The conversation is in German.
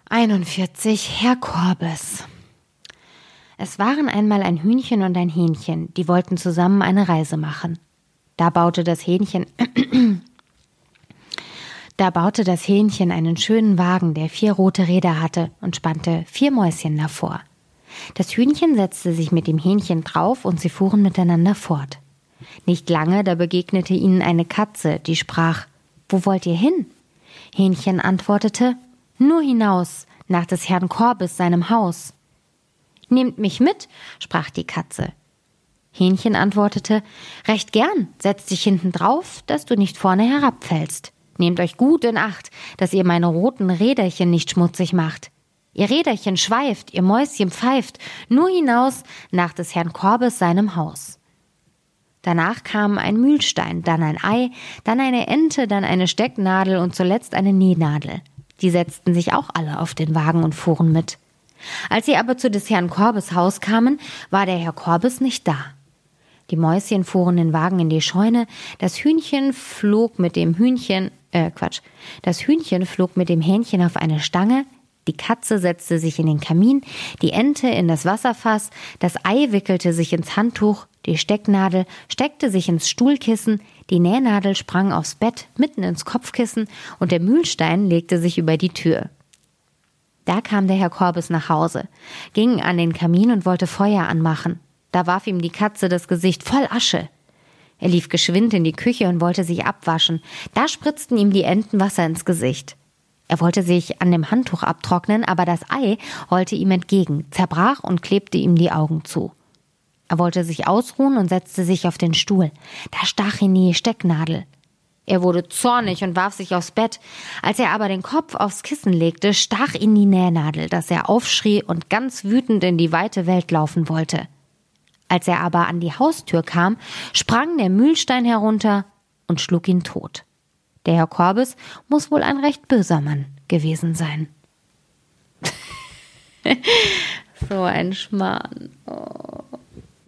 41. Herr Korbes. Es waren einmal ein Hühnchen und ein Hähnchen, die wollten zusammen eine Reise machen. Da baute das Hähnchen einen schönen Wagen, der 4 rote Räder hatte, und spannte 4 Mäuschen davor. Das Hühnchen setzte sich mit dem Hähnchen drauf und sie fuhren miteinander fort. Nicht lange, da begegnete ihnen eine Katze, die sprach: »Wo wollt ihr hin?« Hähnchen antwortete: »Nur hinaus, nach des Herrn Korbes seinem Haus.« »Nehmt mich mit«, sprach die Katze. Hähnchen antwortete: »Recht gern, setz dich hinten drauf, dass du nicht vorne herabfällst. Nehmt euch gut in Acht, dass ihr meine roten Räderchen nicht schmutzig macht. Ihr Räderchen schweift, ihr Mäuschen pfeift, nur hinaus nach des Herrn Korbes seinem Haus.« Danach kamen ein Mühlstein, dann ein Ei, dann eine Ente, dann eine Stecknadel und zuletzt eine Nähnadel. Die setzten sich auch alle auf den Wagen und fuhren mit. Als sie aber zu des Herrn Korbes Haus kamen, war der Herr Korbes nicht da. Die Mäuschen fuhren den Wagen in die Scheune, das Hühnchen flog mit dem Hähnchen auf eine Stange, die Katze setzte sich in den Kamin, die Ente in das Wasserfass, das Ei wickelte sich ins Handtuch, die Stecknadel steckte sich ins Stuhlkissen, die Nähnadel sprang aufs Bett, mitten ins Kopfkissen und der Mühlstein legte sich über die Tür. Da kam der Herr Korbes nach Hause, ging an den Kamin und wollte Feuer anmachen. Da warf ihm die Katze das Gesicht voll Asche. Er lief geschwind in die Küche und wollte sich abwaschen. Da spritzten ihm die Enten Wasser ins Gesicht. Er wollte sich an dem Handtuch abtrocknen, aber das Ei rollte ihm entgegen, zerbrach und klebte ihm die Augen zu. Er wollte sich ausruhen und setzte sich auf den Stuhl. Da stach ihn die Stecknadel. Er wurde zornig und warf sich aufs Bett. Als er aber den Kopf aufs Kissen legte, stach ihn die Nähnadel, dass er aufschrie und ganz wütend in die weite Welt laufen wollte. Als er aber an die Haustür kam, sprang der Mühlstein herunter und schlug ihn tot. Der Herr Korbes muss wohl ein recht böser Mann gewesen sein. So ein Schmarrn. Oh.